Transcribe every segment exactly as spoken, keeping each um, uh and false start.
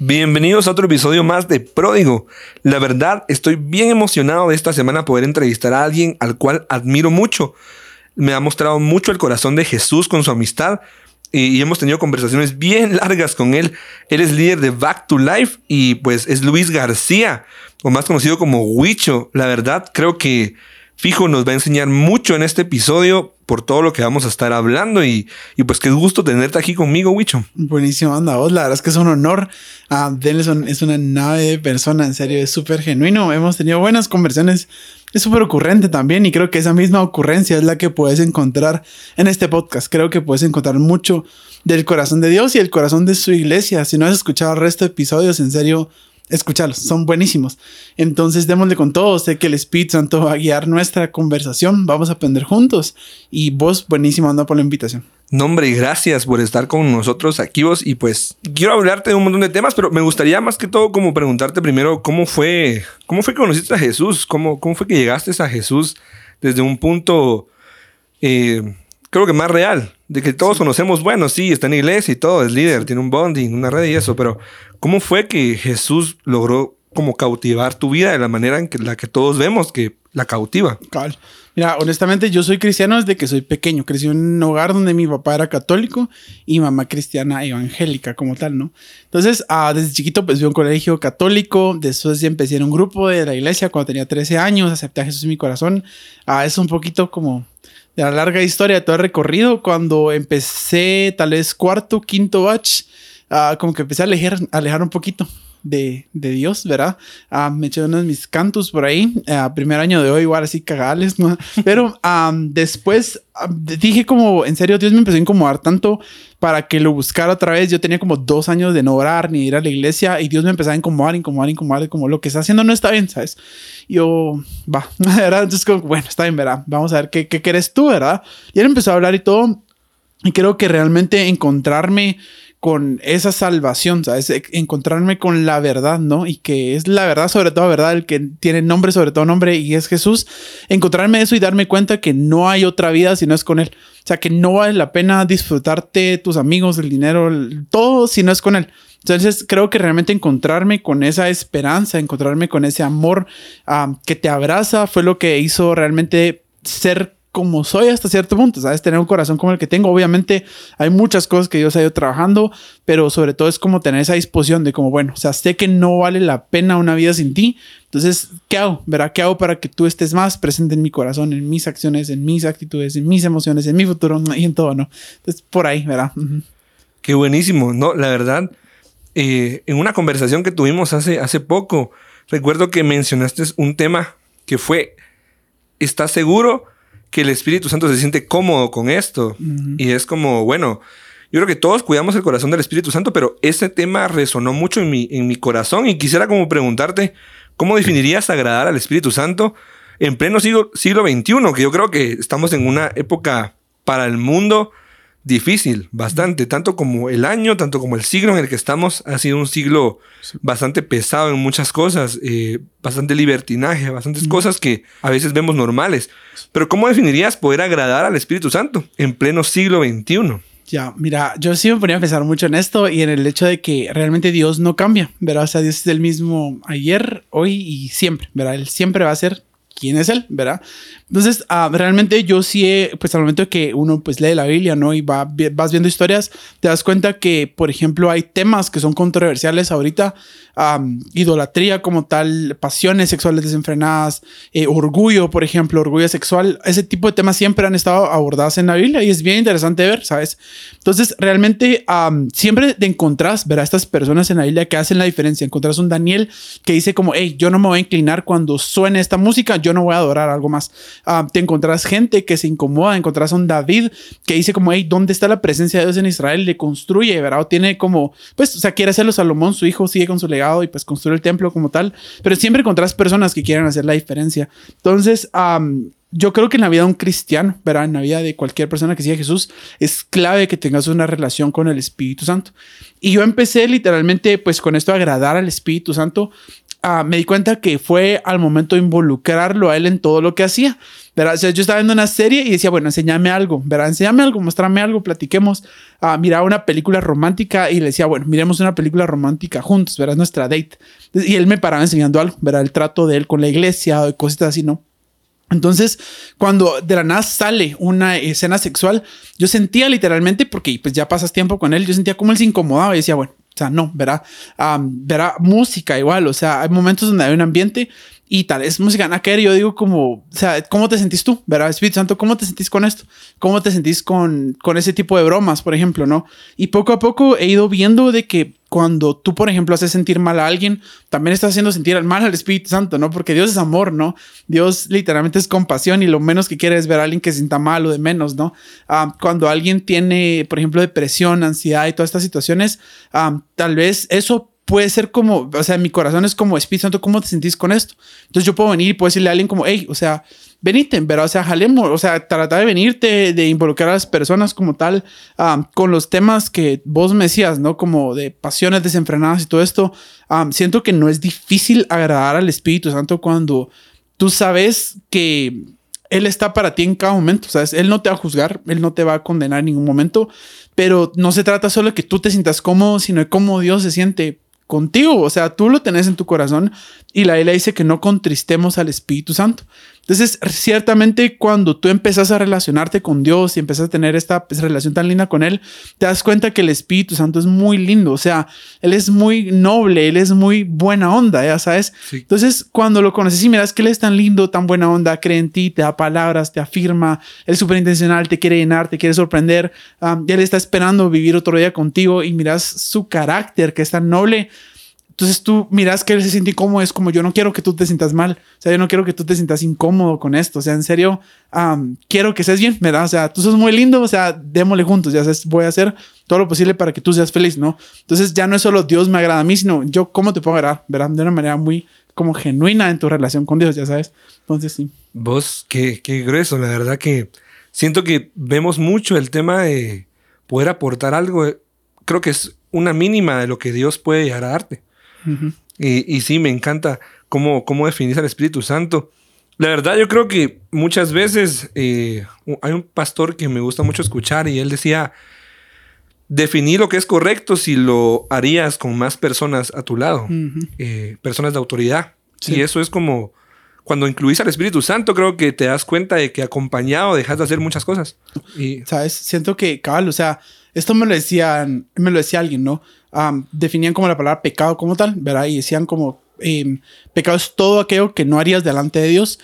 Bienvenidos a otro episodio más de Pródigo. La verdad, estoy bien emocionado de esta semana poder entrevistar a alguien al cual admiro mucho. Me ha mostrado mucho el corazón de Jesús con su amistad y hemos tenido conversaciones bien largas con él. Él es líder de Back to Life y pues es Luis García, o más conocido como Huicho. La verdad, creo que fijo nos va a enseñar mucho en este episodio por todo lo que vamos a estar hablando y, y pues qué gusto tenerte aquí conmigo, Huicho. Buenísimo, anda vos. La verdad es que es un honor. Uh, Denison es una nave de persona, en serio, es súper genuino. Hemos tenido buenas conversaciones. Es súper ocurrente también y creo que esa misma ocurrencia es la que puedes encontrar en este podcast. Creo que puedes encontrar mucho del corazón de Dios y el corazón de su iglesia. Si no has escuchado el resto de episodios, en serio, escúchalos, son buenísimos. Entonces démosle con todo. Sé que el Espíritu Santo va a guiar nuestra conversación. Vamos a aprender juntos. Y vos, buenísimo, anda por la invitación. No, hombre, gracias por estar con nosotros aquí vos. Y pues quiero hablarte de un montón de temas, pero me gustaría más que todo como preguntarte primero cómo fue, cómo fue que conociste a Jesús, cómo, cómo fue que llegaste a Jesús desde un punto, eh, creo que más real, de que todos sí conocemos, bueno, sí, está en la iglesia y todo, es líder, sí, tiene un bonding, una red y eso, pero ¿cómo fue que Jesús logró como cautivar tu vida de la manera en que la que todos vemos que la cautiva? Cabal. Mira, honestamente yo soy cristiano desde que soy pequeño. Crecí en un hogar donde mi papá era católico y mamá cristiana evangélica como tal, ¿no? Entonces, uh, desde chiquito pues fui a un colegio católico. Después ya empecé en un grupo de la iglesia cuando tenía trece años. Acepté a Jesús en mi corazón. Uh, es un poquito como de la larga historia de todo el recorrido. Cuando empecé tal vez cuarto, quinto batch, uh, como que empecé a alejar, a alejar un poquito De, de Dios, ¿verdad? Uh, me eché unos de mis cantos por ahí. Uh, primer año de hoy, igual así cagales, ¿no? Pero um, después uh, dije como, en serio, Dios me empezó a incomodar tanto para que lo buscara otra vez. Yo tenía como dos años de no orar ni ir a la iglesia y Dios me empezaba a incomodar, incomodar, incomodar, como lo que está haciendo no está bien, ¿sabes? Y yo, va, ¿verdad? Entonces como, bueno, está bien, ¿verdad? Vamos a ver qué, qué querés tú, ¿verdad? Y él empezó a hablar y todo. Y creo que realmente encontrarme con esa salvación, ¿sabes? Encontrarme con la verdad, ¿no? Y que es la verdad sobre todo verdad, el que tiene nombre sobre todo nombre y es Jesús. Encontrarme eso y darme cuenta que no hay otra vida si no es con Él. O sea, que no vale la pena disfrutarte tus amigos, el dinero, el, todo si no es con Él. Entonces creo que realmente encontrarme con esa esperanza, encontrarme con ese amor um, que te abraza fue lo que hizo realmente ser como soy hasta cierto punto, ¿sabes? Tener un corazón como el que tengo. Obviamente hay muchas cosas que Dios ha ido trabajando, pero sobre todo es como tener esa disposición de como, bueno, o sea, sé que no vale la pena una vida sin ti. Entonces, ¿qué hago? ¿Verdad? ¿Qué hago para que tú estés más presente en mi corazón, en mis acciones, en mis actitudes, en mis emociones, en mi futuro y en todo, ¿no? Entonces, por ahí, ¿verdad? Uh-huh. Qué buenísimo, ¿no? La verdad, eh, en una conversación que tuvimos hace, hace poco, recuerdo que mencionaste un tema que fue, ¿estás seguro que el Espíritu Santo se siente cómodo con esto? Uh-huh. Y es como, bueno, yo creo que todos cuidamos el corazón del Espíritu Santo, pero ese tema resonó mucho en mi, en mi corazón y quisiera como preguntarte, ¿cómo definirías agradar al Espíritu Santo en pleno siglo, siglo veintiuno? Que yo creo que estamos en una época para el mundo difícil, bastante, tanto como el año, tanto como el siglo en el que estamos, ha sido un siglo sí. bastante pesado en muchas cosas, eh, bastante libertinaje, bastantes mm. cosas que a veces vemos normales. Pero ¿cómo definirías poder agradar al Espíritu Santo en pleno siglo veintiuno? Ya, mira, yo sí me ponía a pensar mucho en esto y en el hecho de que realmente Dios no cambia, ¿verdad? O sea, Dios es el mismo ayer, hoy y siempre, ¿verdad? Él siempre va a ser quién es Él, ¿verdad? Entonces, uh, realmente yo sí, he, pues al momento que uno pues lee la Biblia, ¿no? Y va, vas viendo historias, te das cuenta que, por ejemplo, hay temas que son controversiales ahorita, um, idolatría como tal, pasiones sexuales desenfrenadas, eh, orgullo, por ejemplo, orgullo sexual, ese tipo de temas siempre han estado abordados en la Biblia y es bien interesante ver, ¿sabes? Entonces, realmente um, siempre te encontrás, ver a estas personas en la Biblia que hacen la diferencia. Encontrás un Daniel que dice como, hey, yo no me voy a inclinar cuando suene esta música, yo no voy a adorar algo más. Uh, te encontrás gente que se incomoda, encontrás a un David que dice como, hey, ¿dónde está la presencia de Dios en Israel? Le construye, ¿verdad? O tiene como, pues, o sea, quiere hacerlo Salomón, su hijo sigue con su legado y pues construye el templo como tal, pero siempre encontrás personas que quieren hacer la diferencia. Entonces, um, yo creo que en la vida de un cristiano, ¿verdad? En la vida de cualquier persona que siga a Jesús, es clave que tengas una relación con el Espíritu Santo. Y yo empecé literalmente, pues, con esto, a agradar al Espíritu Santo. Uh, me di cuenta que fue al momento de involucrarlo a él en todo lo que hacía, ¿verdad? O sea, yo estaba viendo una serie y decía, bueno, enséñame algo, ¿verdad? Enséñame algo, muéstrame algo, platiquemos. uh, miraba una película romántica y le decía, bueno, miremos una película romántica juntos, ¿verdad? Nuestra date. Y él me paraba enseñando algo, ¿verdad? El trato de él con la iglesia y cositas así, ¿no? Entonces, cuando de la nada sale una escena sexual, yo sentía literalmente, porque pues ya pasas tiempo con él, yo sentía como él se incomodaba y decía, bueno, o sea, no, verá, um, verá música igual, o sea, hay momentos donde hay un ambiente y tal vez música nada que ver, yo digo como, o sea, ¿cómo te sentís tú? ¿Verdad? Espíritu Santo, ¿cómo te sentís con esto? ¿Cómo te sentís con, con ese tipo de bromas, por ejemplo, no? Y poco a poco he ido viendo de que cuando tú, por ejemplo, haces sentir mal a alguien, también estás haciendo sentir mal al Espíritu Santo, ¿no? Porque Dios es amor, ¿no? Dios literalmente es compasión y lo menos que quiere es ver a alguien que se sienta mal o de menos, ¿no? Um, cuando alguien tiene, por ejemplo, depresión, ansiedad y todas estas situaciones, um, tal vez eso puede ser como, o sea, mi corazón es como, Espíritu Santo, ¿cómo te sentís con esto? Entonces yo puedo venir y puedo decirle a alguien como, hey, o sea, venite, ¿verdad? O sea, jalemos, o sea, trata de venirte, de involucrar a las personas como tal, um, con los temas que vos me decías, ¿no? Como de pasiones desenfrenadas y todo esto. Um, siento que no es difícil agradar al Espíritu Santo cuando tú sabes que Él está para ti en cada momento, ¿sabes? Él no te va a juzgar, Él no te va a condenar en ningún momento, pero no se trata solo de que tú te sientas cómodo, sino de cómo Dios se siente contigo, o sea, tú lo tenés en tu corazón y la Biblia dice que no contristemos al Espíritu Santo. Entonces, ciertamente cuando tú empezás a relacionarte con Dios y empezás a tener esta pues, relación tan linda con Él, te das cuenta que el Espíritu Santo es muy lindo, o sea, Él es muy noble, Él es muy buena onda, ya sabes. Sí. Entonces, cuando lo conoces y miras que Él es tan lindo, tan buena onda, cree en ti, te da palabras, te afirma, Él es súper intencional, te quiere llenar, te quiere sorprender, um, y Él está esperando vivir otro día contigo y miras su carácter que es tan noble. Entonces tú miras que él se siente incómodo, es como yo no quiero que tú te sientas mal, o sea, yo no quiero que tú te sientas incómodo con esto, o sea, en serio, um, quiero que estés bien, ¿verdad? O sea, tú sos muy lindo, o sea, démosle juntos, ya sabes, voy a hacer todo lo posible para que tú seas feliz, ¿no? Entonces ya no es solo Dios me agrada a mí, sino yo cómo te puedo agradar, ¿verdad? De una manera muy como genuina en tu relación con Dios, ya sabes. Entonces sí. Vos, qué, qué grueso, la verdad que siento que vemos mucho el tema de poder aportar algo, creo que es una mínima de lo que Dios puede llegar a darte. Uh-huh. Y, y sí, me encanta cómo, cómo definís al Espíritu Santo. La verdad, yo creo que muchas veces eh, hay un pastor que me gusta mucho escuchar y él decía, definir lo que es correcto si lo harías con más personas a tu lado, uh-huh. eh, personas de autoridad. Sí. Y eso es como, cuando incluís al Espíritu Santo, creo que te das cuenta de que acompañado dejas de hacer muchas cosas. Y, ¿sabes? Siento que, cabal, o sea, esto me lo decían, me lo decía alguien, ¿no? Um, definían como la palabra pecado como tal, ¿verdad? Y decían como eh, pecado es todo aquello que no harías delante de Dios.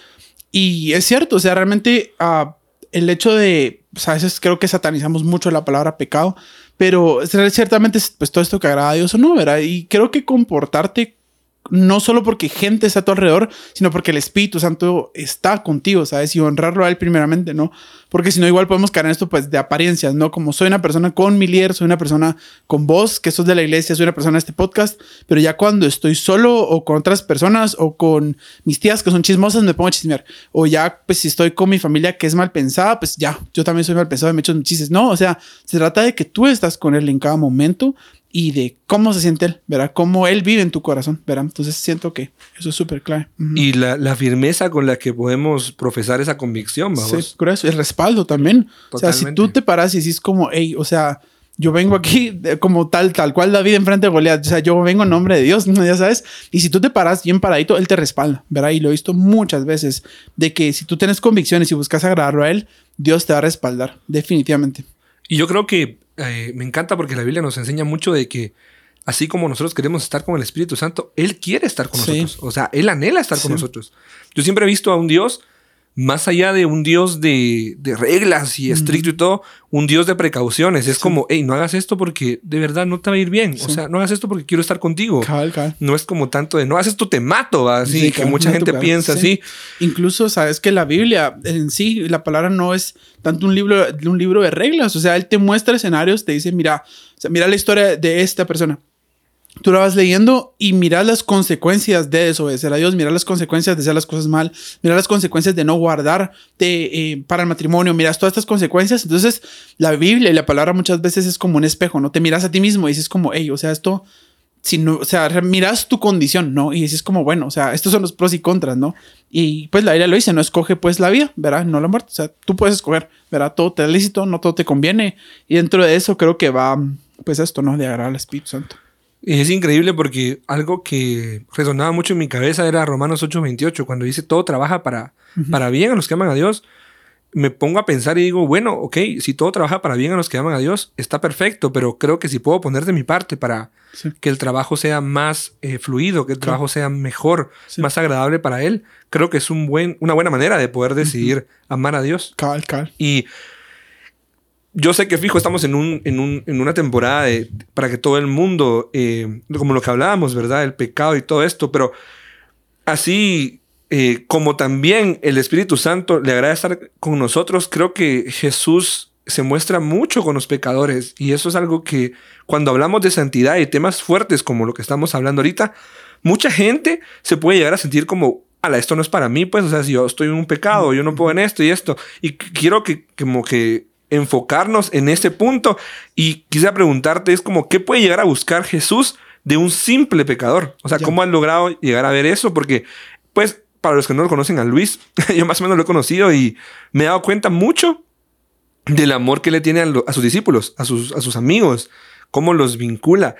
Y es cierto, o sea, realmente uh, el hecho de, o sea, a veces creo que satanizamos mucho la palabra pecado, pero ciertamente es pues todo esto que agrada a Dios o no, ¿verdad? Y creo que comportarte no solo porque gente está a tu alrededor, sino porque el Espíritu Santo está contigo, ¿sabes? Y honrarlo a Él primeramente, ¿no? Porque si no, igual podemos caer en esto, pues, de apariencias, ¿no? Como soy una persona con mi líder, soy una persona con vos, que sos de la iglesia, soy una persona de este podcast, pero ya cuando estoy solo o con otras personas o con mis tías que son chismosas, me pongo a chismear. O ya, pues, si estoy con mi familia que es mal pensada, pues ya, yo también soy mal pensado y me echo mis chistes. No, o sea, se trata de que tú estás con Él en cada momento y de cómo se siente Él, ¿verdad? Cómo Él vive en tu corazón, ¿verdad? Entonces siento que eso es súper clave. Uh-huh. Y la, la firmeza con la que podemos profesar esa convicción, vamos. Sí, grueso. El respaldo también. Totalmente. O sea, si tú te paras y dices como, hey, o sea, yo vengo aquí como tal, tal cual David enfrente de Goliat. O sea, yo vengo en nombre de Dios, ¿no? Ya sabes. Y si tú te paras bien paradito, Él te respalda, ¿verdad? Y lo he visto muchas veces, de que si tú tienes convicciones y buscas agradarlo a Él, Dios te va a respaldar, definitivamente. Y yo creo que eh, me encanta porque la Biblia nos enseña mucho de que así como nosotros queremos estar con el Espíritu Santo, Él quiere estar con sí. nosotros. O sea, Él anhela estar sí. con nosotros. Yo siempre he visto a un Dios, más allá de un Dios de, de reglas y estricto mm. y todo, un Dios de precauciones. Es sí. como, hey, no hagas esto porque de verdad no te va a ir bien. Sí. O sea, no hagas esto porque quiero estar contigo. Cal, cal. No es como tanto de, no hagas esto, te mato. Así sí, que cal, mucha gente piensa sí. así. Incluso, sabes que la Biblia en sí, la palabra no es tanto un libro, un libro de reglas. O sea, Él te muestra escenarios, te dice, mira, o sea, mira la historia de esta persona. Tú la vas leyendo y miras las consecuencias de desobedecer a Dios, miras las consecuencias de hacer las cosas mal, miras las consecuencias de no guardar eh, para el matrimonio, miras todas estas consecuencias. Entonces, la Biblia y la palabra muchas veces es como un espejo, ¿no? Te miras a ti mismo y dices como, hey, o sea, esto si no, o sea, miras tu condición, ¿no? Y dices como, bueno, o sea, estos son los pros y contras, ¿no? Y pues la Biblia lo dice, no escoge pues la vida, ¿verdad? No la muerte. O sea, tú puedes escoger, ¿verdad? Todo te es lícito, no todo te conviene. Y dentro de eso creo que va, pues esto, ¿no? De agradar al Espíritu Santo. Y es increíble porque algo que resonaba mucho en mi cabeza era Romanos ocho veintiocho, cuando dice todo trabaja para, uh-huh. para bien a los que aman a Dios. Me pongo a pensar y digo, bueno, ok, si todo trabaja para bien a los que aman a Dios, está perfecto, pero creo que si puedo poner de mi parte para sí. que el trabajo sea más eh, fluido, que el trabajo claro. sea mejor, sí. más agradable para él, creo que es un buen, una buena manera de poder decidir uh-huh. amar a Dios. Cal, cal. Y yo sé que fijo, estamos en, un, en, un, en una temporada de, para que todo el mundo, eh, como lo que hablábamos, ¿verdad? El pecado y todo esto, pero así... Eh, como también el Espíritu Santo le agrada estar con nosotros, creo que Jesús se muestra mucho con los pecadores. Y eso es algo que cuando hablamos de santidad y temas fuertes como lo que estamos hablando ahorita, mucha gente se puede llegar a sentir como, ala, esto no es para mí, pues, o sea, si yo estoy en un pecado, yo no puedo en esto y esto. Y quiero que como que enfocarnos en ese punto. Y quisiera preguntarte, es como, ¿qué puede llegar a buscar Jesús de un simple pecador? O sea, ya. ¿Cómo han logrado llegar a ver eso? Porque, pues, para los que no lo conocen a Luis, yo más o menos lo he conocido y me he dado cuenta mucho del amor que le tiene a, lo, a sus discípulos, a sus, a sus amigos, cómo los vincula.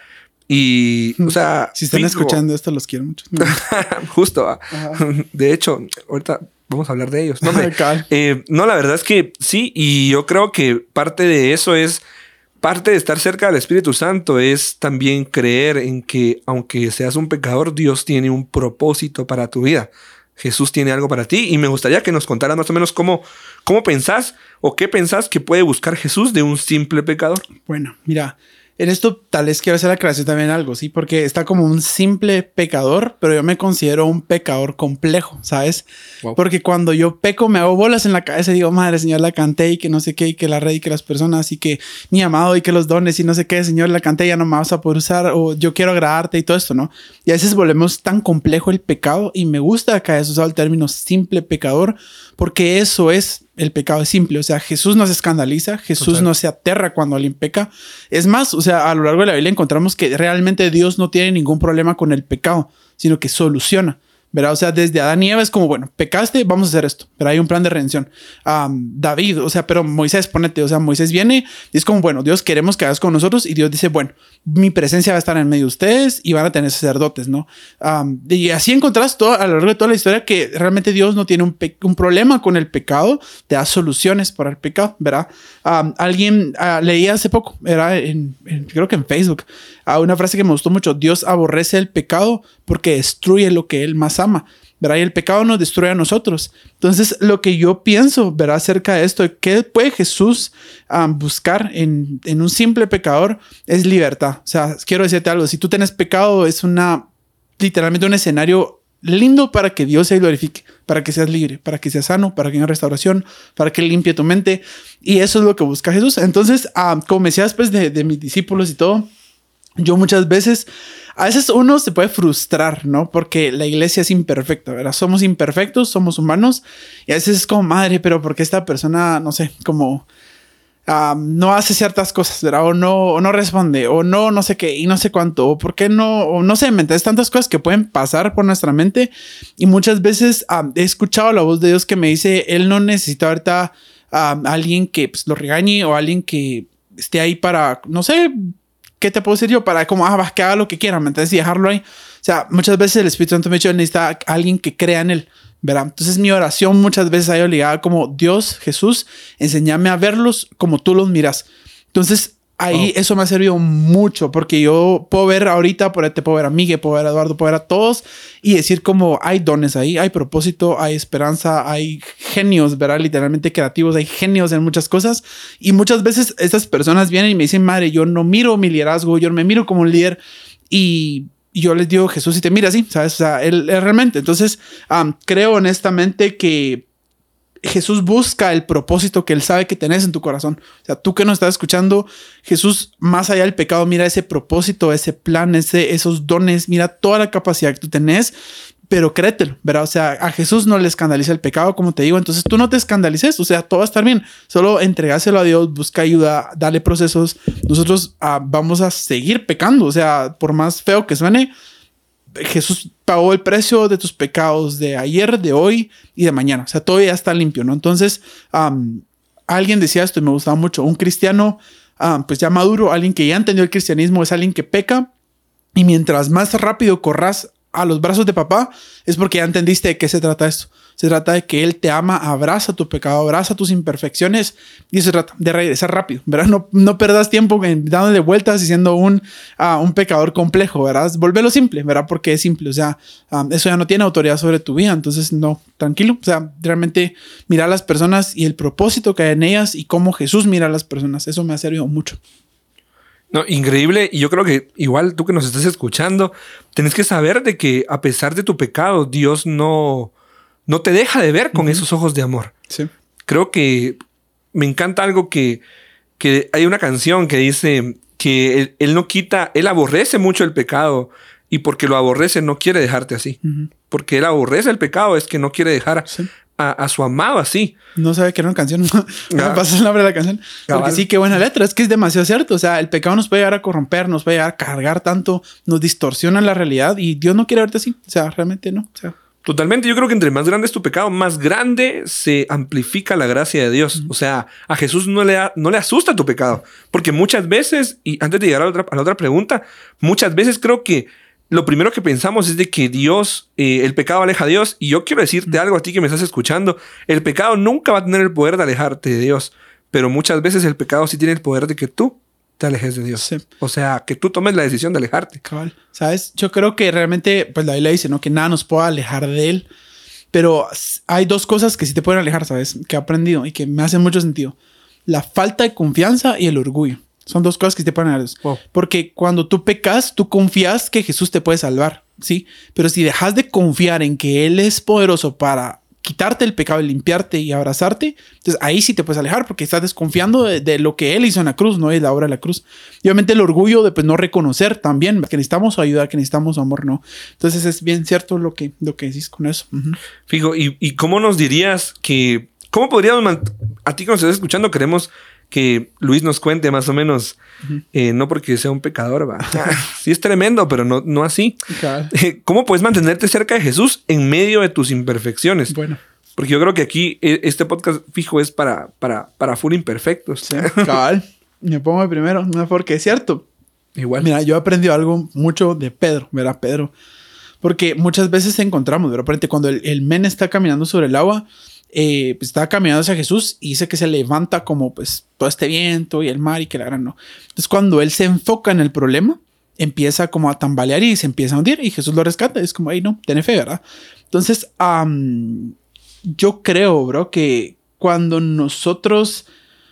Y, o sea... Si están fijo, escuchando esto, los quiero mucho. Justo. Ajá. De hecho, ahorita vamos a hablar de ellos. No, me, eh, no, la verdad es que sí. Y yo creo que parte de eso es... Parte de estar cerca del Espíritu Santo es también creer en que, aunque seas un pecador, Dios tiene un propósito para tu vida. Jesús tiene algo para ti y me gustaría que nos contaras más o menos cómo, cómo pensás o qué pensás que puede buscar Jesús de un simple pecador. Bueno, mira, en esto tal vez quiero hacer la aclaración también algo, ¿sí? Porque está como un simple pecador, pero yo me considero un pecador complejo, ¿sabes? Wow. Porque cuando yo peco me hago bolas en la cabeza y digo, madre, Señor, la canté y que no sé qué, y que la red y que las personas y que mi amado y que los dones y no sé qué, Señor, la canté, ya no me vas a poder usar o yo quiero agradarte y todo esto, ¿no? Y a veces volvemos tan complejo el pecado y me gusta que hayas usado el término simple pecador porque eso es... El pecado es simple, o sea, Jesús no se escandaliza, Jesús Total. No se aterra cuando alguien peca. Es más, o sea, a lo largo de la Biblia encontramos que realmente Dios no tiene ningún problema con el pecado, sino que soluciona, ¿verdad? O sea, desde Adán y Eva es como, bueno, pecaste, vamos a hacer esto, pero hay un plan de redención. Um, David, o sea, pero Moisés, ponete, o sea, Moisés viene y es como, bueno, Dios, queremos que hagas con nosotros y Dios dice, bueno, mi presencia va a estar en medio de ustedes y van a tener sacerdotes, ¿no? Um, y así encontrás todo, a lo largo de toda la historia que realmente Dios no tiene un, pe- un problema con el pecado, te da soluciones para el pecado, ¿verdad? Um, alguien uh, leía hace poco, era en, en, creo que en Facebook, uh, una frase que me gustó mucho, Dios aborrece el pecado porque destruye lo que él más ama, ¿verdad? Y el pecado nos destruye a nosotros. Entonces, lo que yo pienso, ¿verdad? Acerca de esto, ¿qué puede Jesús um, buscar en, en un simple pecador? Es libertad. O sea, quiero decirte algo. Si tú tienes pecado, es una, literalmente un escenario lindo para que Dios se glorifique, para que seas libre, para que seas sano, para que haya restauración, para que limpie tu mente. Y eso es lo que busca Jesús. Entonces, um, como me decías, pues, de, de mis discípulos y todo, yo muchas veces, a veces uno se puede frustrar, ¿no? Porque la iglesia es imperfecta, ¿verdad? Somos imperfectos, somos humanos. Y a veces es como, madre, pero ¿por qué esta persona, no sé, como uh, no hace ciertas cosas, ¿verdad? O no, o no responde, o no, no sé qué, y no sé cuánto, o por qué no, o no sé, ¿me entiendes? Tantas cosas que pueden pasar por nuestra mente. Y muchas veces uh, he escuchado la voz de Dios que me dice, Él no necesita ahorita uh, alguien que pues, lo regañe o alguien que esté ahí para, no sé, ¿qué te puedo decir yo? Para como, ah, que haga lo que quiera, ¿me entiendes? Y dejarlo ahí. O sea, muchas veces el Espíritu Santo me ha dicho, necesita a alguien que crea en él, ¿verdad? Entonces mi oración muchas veces ha ido ligada como, Dios, Jesús, enséñame a verlos como tú los miras. Entonces ahí oh. eso me ha servido mucho porque yo puedo ver ahorita, por ahí te puedo ver a Miguel, puedo ver a Eduardo, puedo ver a todos y decir como hay dones ahí, hay propósito, hay esperanza, hay genios, ¿verdad? Literalmente creativos, hay genios en muchas cosas y muchas veces estas personas vienen y me dicen, madre, yo no miro mi liderazgo, yo no me miro como un líder y yo les digo, Jesús, si te mira así, ¿sabes? O sea, él, él realmente. Entonces, um, creo honestamente que Jesús busca el propósito que Él sabe que tenés en tu corazón. O sea, tú que nos estás escuchando, Jesús, más allá del pecado, mira ese propósito, ese plan, ese, esos dones, mira toda la capacidad que tú tenés pero créetelo, ¿verdad? O sea, a Jesús no le escandaliza el pecado, como te digo. Entonces tú no te escandalices, o sea, todo va a estar bien. Solo entregáselo a Dios, busca ayuda, dale procesos. Nosotros uh, vamos a seguir pecando, o sea, por más feo que suene, Jesús pagó el precio de tus pecados de ayer, de hoy y de mañana. O sea, todo ya está limpio, ¿no? Entonces, um, alguien decía esto y me gustaba mucho. Un cristiano, um, pues ya maduro, alguien que ya entendió el cristianismo, es alguien que peca. Y mientras más rápido corras a los brazos de papá, es porque ya entendiste de qué se trata esto. Se trata de que Él te ama, abraza tu pecado, abraza tus imperfecciones. Y eso se trata de regresar rápido, ¿verdad? No, no perdas tiempo dándole vueltas y siendo un, uh, un pecador complejo, ¿verdad? Volvelo simple, ¿verdad? Porque es simple, o sea, um, eso ya no tiene autoridad sobre tu vida. Entonces, no, tranquilo. O sea, realmente mira a las personas y el propósito que hay en ellas y cómo Jesús mira a las personas. Eso me ha servido mucho. No, increíble. Y yo creo que igual tú que nos estás escuchando, tenés que saber de que a pesar de tu pecado, Dios no, no te deja de ver con uh-huh. esos ojos de amor. Sí. Creo que me encanta algo que, que hay una canción que dice que él, él no quita, él aborrece mucho el pecado y porque lo aborrece no quiere dejarte así. Uh-huh. Porque él aborrece el pecado es que no quiere dejar sí. a, a su amado así. No sabe que era una canción. Me pasa el nombre de la canción. Porque ah, sí, qué buena letra. Es que es demasiado cierto. O sea, el pecado nos puede llegar a corromper, nos puede llegar a cargar tanto, nos distorsiona la realidad y Dios no quiere verte así. O sea, realmente no. O sea, totalmente. Yo creo que entre más grande es tu pecado, más grande se amplifica la gracia de Dios. Uh-huh. O sea, a Jesús no le, no le asusta tu pecado. Porque muchas veces, y antes de llegar a la otra, a la otra pregunta, muchas veces creo que lo primero que pensamos es de que Dios, eh, el pecado aleja a Dios. Y yo quiero decirte algo a ti que me estás escuchando. El pecado nunca va a tener el poder de alejarte de Dios. Pero muchas veces el pecado sí tiene el poder de que tú te alejes de Dios. Sí. O sea, que tú tomes la decisión de alejarte. Cabal. ¿Sabes? Yo creo que realmente, pues la Biblia dice, ¿no? Que nada nos pueda alejar de Él. Pero hay dos cosas que sí te pueden alejar, ¿sabes? Que he aprendido y que me hacen mucho sentido. La falta de confianza y el orgullo. Son dos cosas que te pueden alejar. Wow. Porque cuando tú pecas, tú confías que Jesús te puede salvar, ¿sí? Pero si dejas de confiar en que Él es poderoso para quitarte el pecado, limpiarte y abrazarte, entonces ahí sí te puedes alejar porque estás desconfiando de, de lo que Él hizo en la cruz, no es la obra de la cruz. Y obviamente el orgullo de pues, no reconocer también que necesitamos su ayuda, que necesitamos su amor, ¿no? Entonces es bien cierto lo que, lo que decís con eso. Uh-huh. Fijo, ¿y, ¿y cómo nos dirías que... ¿Cómo podríamos... Man- a ti que nos estás escuchando queremos que Luis nos cuente más o menos, uh-huh. eh, no porque sea un pecador, va. Sí es tremendo, pero no, no así. Claro. Eh, ¿Cómo puedes mantenerte cerca de Jesús en medio de tus imperfecciones? Bueno. Porque yo creo que aquí eh, este podcast fijo es para, para, para full imperfectos. Sí, cabal. Me pongo de primero, no porque es cierto. Igual. Mira, yo he aprendido algo mucho de Pedro, ¿verdad? Pedro. Porque muchas veces encontramos, ¿verdad? Por cuando el, el men está caminando sobre el agua, Eh, pues estaba caminando hacia Jesús y dice que se levanta como pues todo este viento y el mar y que la gran no. Entonces cuando él se enfoca en el problema, empieza como a tambalear y se empieza a hundir y Jesús lo rescata. Es como, ay no, tiene fe, ¿verdad? Entonces um, yo creo, bro, que cuando nosotros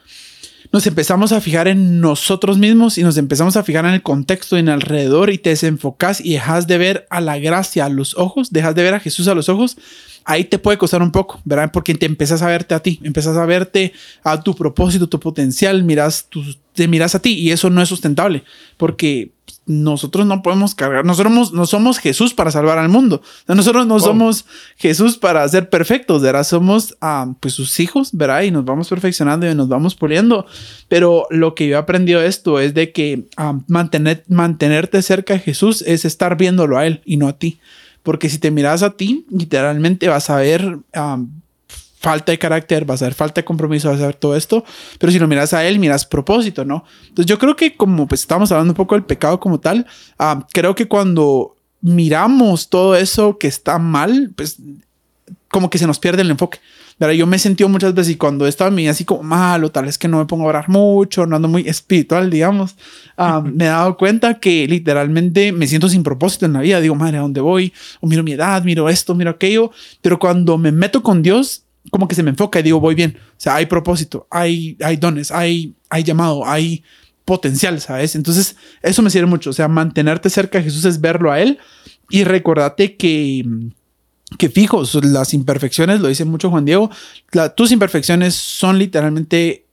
nos empezamos a fijar en nosotros mismos y nos empezamos a fijar en el contexto y en el alrededor y te desenfocas y dejas de ver a la gracia a los ojos, dejas de ver a Jesús a los ojos, ahí te puede costar un poco, ¿verdad? Porque te empiezas a verte a ti, empiezas a verte a tu propósito, tu potencial, miras, tu, te miras a ti y eso no es sustentable porque nosotros no podemos cargar, nosotros somos, no somos Jesús para salvar al mundo, nosotros no oh. somos Jesús para ser perfectos, ¿verdad? Somos uh, pues sus hijos, ¿verdad? Y nos vamos perfeccionando y nos vamos puliendo, pero lo que yo he aprendido de esto es de que uh, mantener, mantenerte cerca de Jesús es estar viéndolo a Él y no a ti. Porque si te miras a ti, literalmente vas a ver um, falta de carácter, vas a ver falta de compromiso, vas a ver todo esto. Pero si lo miras a Él, miras propósito, ¿no? Entonces yo creo que como pues estamos hablando un poco del pecado como tal, um, creo que cuando miramos todo eso que está mal, pues como que se nos pierde el enfoque. ¿Verdad? Yo me he sentido muchas veces y cuando estaba así como malo, tal vez que no me pongo a orar mucho, no ando muy espiritual, digamos, um, me he dado cuenta que literalmente me siento sin propósito en la vida. Digo, madre, ¿a dónde voy? O miro mi edad, miro esto, miro aquello. Pero cuando me meto con Dios, como que se me enfoca y digo, voy bien. O sea, hay propósito, hay, hay dones, hay, hay llamado, hay potencial, ¿sabes? Entonces, eso me sirve mucho. O sea, mantenerte cerca de Jesús es verlo a Él y recordarte que... que fijo, las imperfecciones, lo dice mucho Juan Diego, la, tus imperfecciones son literalmente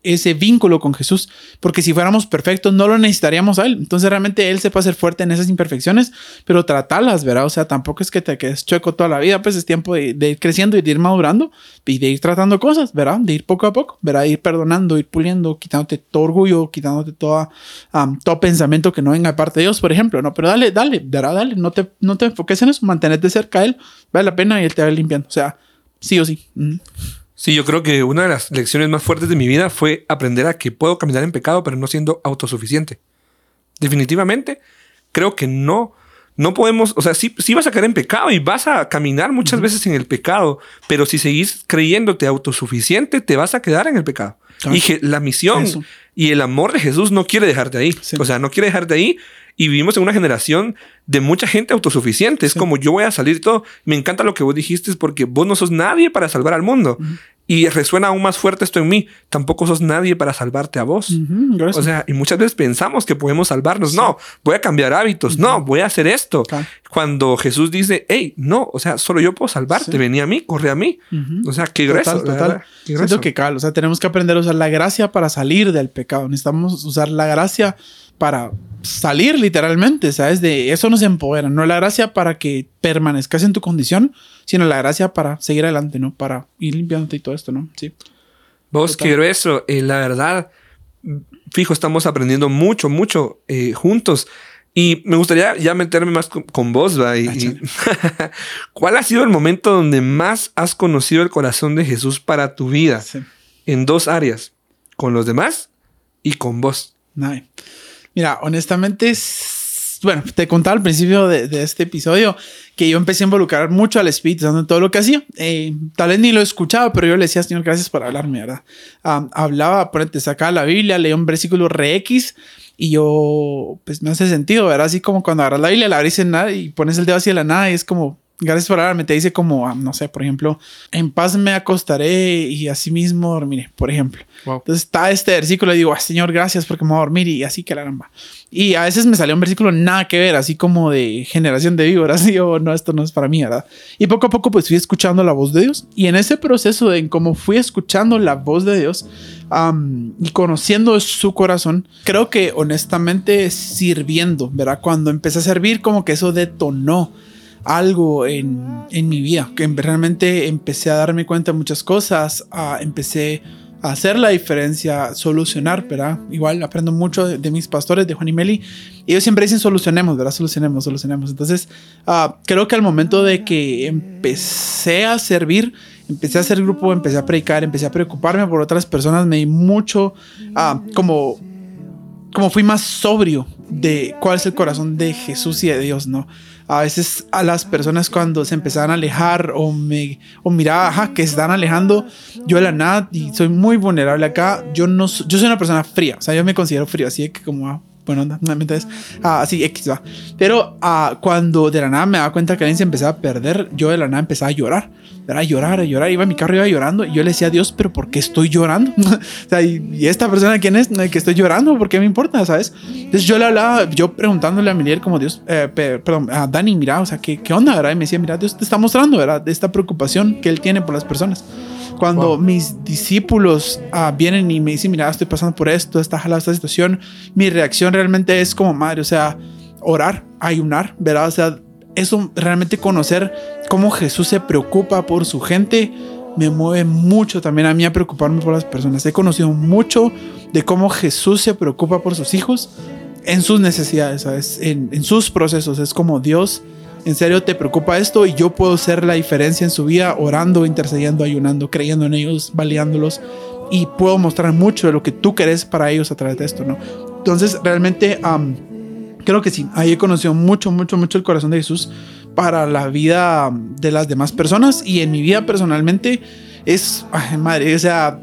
ese vínculo con Jesús, porque si fuéramos perfectos no lo necesitaríamos a Él. Entonces realmente Él se puede hacer fuerte en esas imperfecciones, pero tratarlas, ¿verdad? O sea, tampoco es que te quedes chueco toda la vida, pues es tiempo de, de ir creciendo y de ir madurando y de ir tratando cosas, ¿verdad? De ir poco a poco, ¿verdad? Ir perdonando, ir puliendo, quitándote todo orgullo, quitándote toda, um, todo pensamiento que no venga de parte de Dios, por ejemplo, ¿no? Pero dale, dale, ¿verdad? Dale, no te, no te enfoques en eso, mantenerte cerca de Él, vale la pena y Él te va a ir limpiando, o sea, sí o sí. Mm. Sí, yo creo que una de las lecciones más fuertes de mi vida fue aprender a que puedo caminar en pecado, pero no siendo autosuficiente. Definitivamente, creo que no, no podemos, o sea, sí, sí vas a caer en pecado y vas a caminar muchas uh-huh. veces en el pecado, pero si seguís creyéndote autosuficiente, te vas a quedar en el pecado. Claro. Y que la misión Eso. y el amor de Jesús no quiere dejarte ahí. Sí. O sea, no quiere dejarte ahí. Y vivimos en una generación de mucha gente autosuficiente. Es sí. como yo voy a salir todo. Me encanta lo que vos dijiste porque vos no sos nadie para salvar al mundo. Uh-huh. Y resuena aún más fuerte esto en mí. Tampoco sos nadie para salvarte a vos. Uh-huh. O sea, y muchas veces pensamos que podemos salvarnos. Sí. No, voy a cambiar hábitos. Uh-huh. No, voy a hacer esto. Claro. Cuando Jesús dice, hey, no, o sea, solo yo puedo salvarte. Sí. Vení a mí, corre a mí. Uh-huh. O sea, qué grueso. Total, total. Qué grueso. Siento que cal, o sea, tenemos que aprender a usar la gracia para salir del pecado. Necesitamos usar la gracia para salir literalmente, ¿sabes? De eso nos empodera, no la gracia para que permanezcas en tu condición, sino la gracia para seguir adelante, ¿no? Para ir limpiándote y todo esto, ¿no? Sí. Vos, qué grueso. Eh, la verdad, fijo, estamos aprendiendo mucho, mucho eh, juntos. Y me gustaría ya meterme más con, con vos, ¿va? Y, y ¿cuál ha sido el momento donde más has conocido el corazón de Jesús para tu vida? Sí. En dos áreas, con los demás y con vos. Ay. Mira, honestamente, bueno, te contaba al principio de, de este episodio que yo empecé a involucrar mucho al Espíritu Santo en todo lo que hacía. Eh, tal vez ni lo escuchaba, pero yo le decía, Señor, gracias por hablarme, ¿verdad? Um, hablaba, ponete, sacaba la Biblia, leía un versículo re X y yo, pues me hace sentido, ¿verdad? Así como cuando agarras la Biblia, la abrís en nada y pones el dedo hacia la nada y es como, gracias por hablarme. Te dice como, um, no sé, por ejemplo, en paz me acostaré y así mismo dormiré, por ejemplo. Wow. Entonces está este versículo y digo, ah, Señor, gracias porque me voy a dormir y así que la ramba. Y a veces me salió un versículo nada que ver, así como de generación de víboras. Y yo, no, esto no es para mí, ¿verdad? Y poco a poco pues fui escuchando la voz de Dios. Y en ese proceso de en cómo fui escuchando la voz de Dios um, y conociendo su corazón, creo que honestamente sirviendo, ¿verdad? Cuando empecé a servir, como que eso detonó algo en, en mi vida, que realmente empecé a darme cuenta de muchas cosas, uh, empecé a hacer la diferencia, solucionar, ¿verdad? Igual aprendo mucho de, de mis pastores, de Juan y Meli. Ellos siempre dicen solucionemos, ¿verdad? Solucionemos, solucionemos. Entonces, uh, creo que al momento de que empecé a servir, empecé a hacer grupo, empecé a predicar, empecé a preocuparme por otras personas, me di mucho, uh, como, como fui más sobrio de cuál es el corazón de Jesús y de Dios, ¿no? A veces a las personas cuando se empezaban a alejar o, me, o miraba ajá, que se están alejando, yo de la nada, y soy muy vulnerable acá, yo, no, yo soy una persona fría, o sea, yo me considero frío, así que como, ah, bueno, no, entonces, ah, así, X va. Pero ah, cuando de la nada me daba cuenta que alguien se empezaba a perder, yo de la nada empezaba a llorar, era llorar, a llorar, iba a mi carro, iba llorando, y yo le decía a Dios, pero ¿por qué estoy llorando? O sea, ¿y, ¿y esta persona quién es? Que estoy llorando, ¿por qué me importa? ¿Sabes? Entonces yo le hablaba, yo preguntándole a Miguel como Dios, eh, perdón, a Dani, mira, o sea, ¿qué, qué onda, verdad? Y me decía, mira, Dios te está mostrando, ¿verdad? De esta preocupación que él tiene por las personas. Cuando wow. mis discípulos uh, vienen y me dicen, mira, estoy pasando por esto, esta jalada, esta situación, mi reacción realmente es como, madre, o sea, orar, ayunar, ¿verdad? O sea, eso realmente conocer cómo Jesús se preocupa por su gente me mueve mucho también a mí a preocuparme por las personas. He conocido mucho de cómo Jesús se preocupa por sus hijos en sus necesidades, ¿sabes? En, en sus procesos. Es como Dios, en serio te preocupa esto y yo puedo ser la diferencia en su vida orando, intercediendo, ayunando, creyendo en ellos, validándolos y puedo mostrar mucho de lo que tú querés para ellos a través de esto, ¿no? Entonces realmente um, creo que sí, ahí he conocido mucho, mucho, mucho el corazón de Jesús para la vida de las demás personas y en mi vida personalmente es, ay, madre, o sea,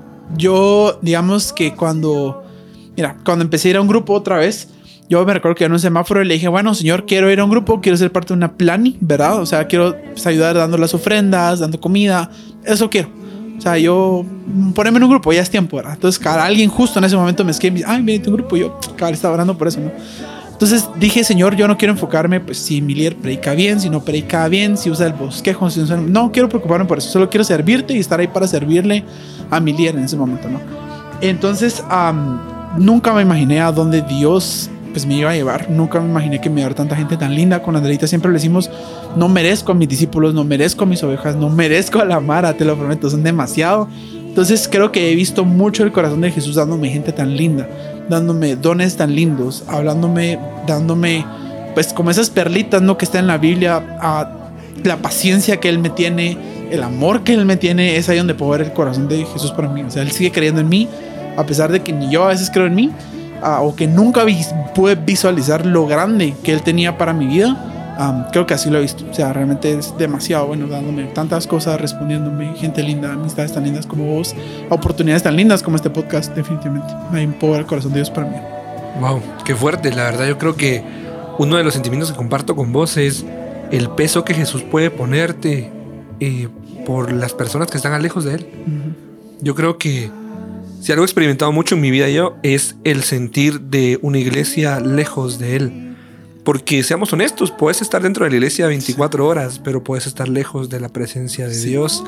yo digamos que cuando, mira, cuando empecé a ir a un grupo otra vez, yo me recuerdo que en un semáforo le dije, bueno, Señor, quiero ir a un grupo, quiero ser parte de una plani, ¿verdad? O sea, quiero pues, ayudar dando las ofrendas, dando comida, eso quiero. O sea, yo, ponerme en un grupo, ya es tiempo, ¿verdad? Entonces, cada alguien justo en ese momento me escribe y me dice, ay, vente a un grupo, y yo, cada estaba orando por eso, ¿no? Entonces dije, Señor, yo no quiero enfocarme, pues, si mi líder predica bien, si no predica bien, si usa el bosquejo, si usa... No quiero preocuparme por eso, solo quiero servirte y estar ahí para servirle a mi líder en ese momento, ¿no? Entonces, um, nunca me imaginé a dónde Dios pues me iba a llevar. Nunca me imaginé que me iba a dar tanta gente tan linda. Con Andreita siempre le decimos, no merezco a mis discípulos, no merezco a mis ovejas, no merezco a la Mara, te lo prometo, son demasiado. Entonces creo que he visto mucho el corazón de Jesús dándome gente tan linda, dándome dones tan lindos, hablándome, dándome pues como esas perlitas, ¿no?, que está en la Biblia, a la paciencia que Él me tiene, el amor que Él me tiene. Es ahí donde puedo ver el corazón de Jesús para mí. O sea, Él sigue creyendo en mí, a pesar de que ni yo a veces creo en mí, uh, o que nunca vi, pude visualizar lo grande que Él tenía para mi vida. Um, creo que así lo he visto. O sea, realmente es demasiado bueno, dándome tantas cosas, respondiéndome, gente linda, amistades tan lindas como vos, oportunidades tan lindas como este podcast. Definitivamente hay un poder el corazón de Dios para mí. Wow, qué fuerte. La verdad, yo creo que uno de los sentimientos que comparto con vos es el peso que Jesús puede ponerte eh, por las personas que están lejos de Él. Uh-huh. Yo creo que si algo he experimentado mucho en mi vida yo es el sentir de una iglesia lejos de Él. Porque seamos honestos, puedes estar dentro de la iglesia veinticuatro sí. horas, pero puedes estar lejos de la presencia de sí, Dios.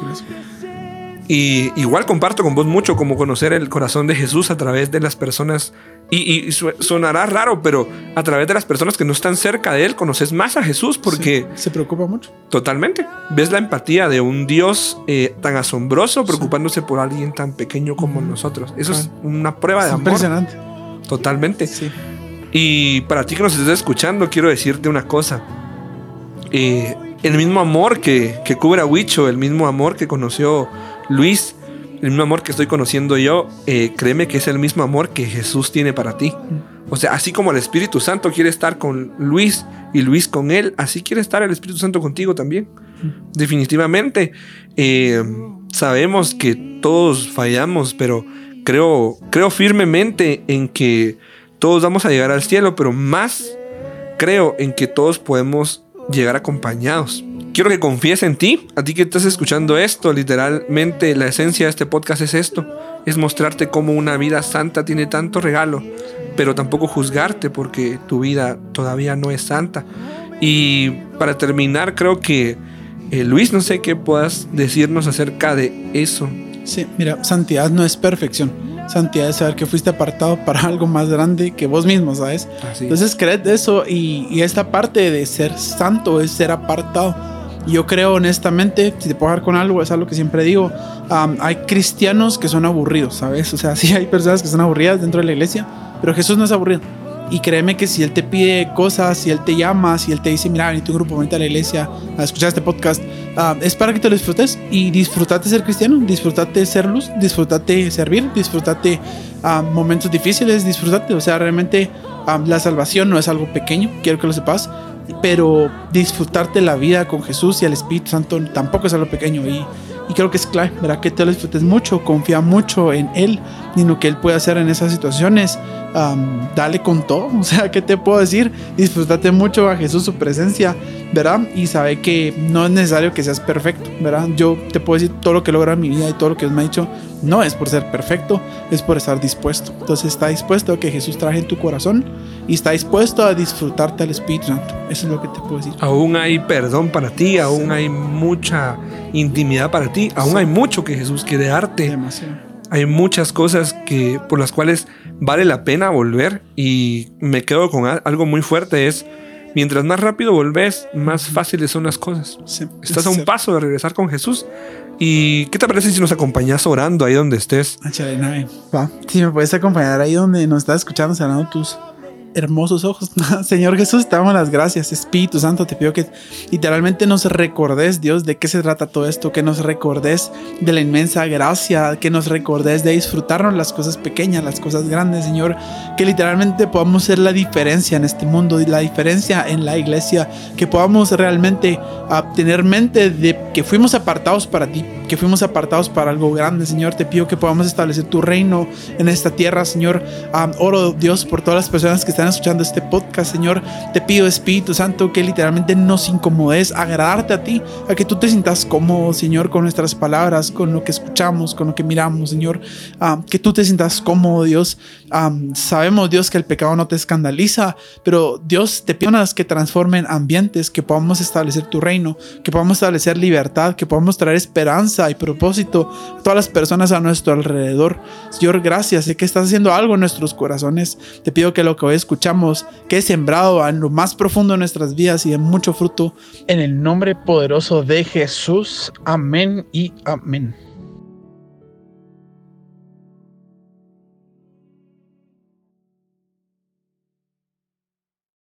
Y igual comparto con vos mucho como conocer el corazón de Jesús a través de las personas. Y, y sonará raro, pero a través de las personas que no están cerca de Él, conoces más a Jesús porque... Sí, se preocupa mucho. Totalmente. Ves la empatía de un Dios eh, tan asombroso preocupándose sí. por alguien tan pequeño como mm. nosotros. Eso ah. es una prueba de es amor. Impresionante. Totalmente. Sí. Y para ti que nos estés escuchando, quiero decirte una cosa. Eh, el mismo amor que, que cubre a Huicho, el mismo amor que conoció Luis, el mismo amor que estoy conociendo yo, eh, créeme que es el mismo amor que Jesús tiene para ti. O sea, así como el Espíritu Santo quiere estar con Luis y Luis con él, así quiere estar el Espíritu Santo contigo también. Definitivamente. Eh, sabemos que todos fallamos, pero creo, creo firmemente en que todos vamos a llegar al cielo, pero más creo en que todos podemos llegar acompañados. Quiero que confíes en ti, a ti que estás escuchando esto. Literalmente la esencia de este podcast es esto, es mostrarte cómo una vida santa tiene tanto regalo, pero tampoco juzgarte porque tu vida todavía no es santa. Y para terminar, creo que eh, Luis, no sé qué puedas decirnos acerca de eso. Sí, mira, santidad no es perfección. Santidad es saber que fuiste apartado para algo más grande que vos mismo, ¿sabes? Así. Entonces creed eso, y, y esta parte de ser santo es ser apartado. Y yo creo honestamente, si te puedo dejar con algo, es algo que siempre digo, um, hay cristianos que son aburridos, ¿sabes? O sea, sí hay personas que son aburridas dentro de la iglesia, pero Jesús no es aburrido. Y créeme que si Él te pide cosas, si Él te llama, si Él te dice, mira, vení tu grupo, vení a la iglesia a escuchar este podcast, uh, es para que te lo disfrutes. Y disfrutate ser cristiano, disfrutate ser luz, disfrutate servir, disfrutate uh, momentos difíciles, disfrutate. O sea, realmente um, la salvación no es algo pequeño, quiero que lo sepas. Pero disfrutarte la vida con Jesús y el Espíritu Santo tampoco es algo pequeño. Y, y creo que es clave, ¿verdad? Que te lo disfrutes mucho, confía mucho en Él y en lo que Él puede hacer en esas situaciones. Um, dale con todo. O sea, ¿qué te puedo decir? Disfrútate mucho a Jesús, su presencia, ¿verdad? Y sabe que no es necesario que seas perfecto, ¿verdad? Yo te puedo decir todo lo que logra en mi vida y todo lo que Dios me ha dicho. No es por ser perfecto, es por estar dispuesto. Entonces está dispuesto a que Jesús traje en tu corazón y está dispuesto a disfrutarte al Espíritu Santo. Eso es lo que te puedo decir. Aún hay perdón para ti, aún sí. hay mucha intimidad para ti, aún sí. hay mucho que Jesús quiere darte. Demasiado. Hay muchas cosas que, por las cuales vale la pena volver, y me quedo con algo muy fuerte, es mientras más rápido volvés, más fáciles son las cosas. Sí, Estás a un paso de regresar con Jesús. ¿Y qué te parece si nos acompañas orando ahí donde estés? Échale, nave. Va. Si me puedes acompañar ahí donde nos estás escuchando, cerrando tus hermosos ojos. Señor Jesús, te damos las gracias. Espíritu Santo, te pido que literalmente nos recordes, Dios, de qué se trata todo esto, que nos recordes de la inmensa gracia, que nos recordes de disfrutarnos las cosas pequeñas, las cosas grandes, Señor, que literalmente podamos ser la diferencia en este mundo, la diferencia en la iglesia, que podamos realmente uh, tener mente de que fuimos apartados para ti, que fuimos apartados para algo grande, Señor. Te pido que podamos establecer tu reino en esta tierra, Señor. Um, oro, Dios, por todas las personas que están escuchando este podcast, Señor. Te pido, Espíritu Santo, que literalmente nos incomodes a agradarte a ti, a que tú te sientas cómodo, Señor, con nuestras palabras, con lo que escuchamos, con lo que miramos, Señor. Um, que tú te sientas cómodo, Dios. Um, sabemos, Dios, que el pecado no te escandaliza, pero Dios, te pido que transformen ambientes, que podamos establecer tu reino, que podamos establecer libertad, que podamos traer esperanza esperanza y propósito a todas las personas a nuestro alrededor. Señor, gracias. Sé que estás haciendo algo en nuestros corazones. Te pido que lo que hoy escuchamos quede sembrado en lo más profundo de nuestras vidas y de mucho fruto. En el nombre poderoso de Jesús. Amén y amén.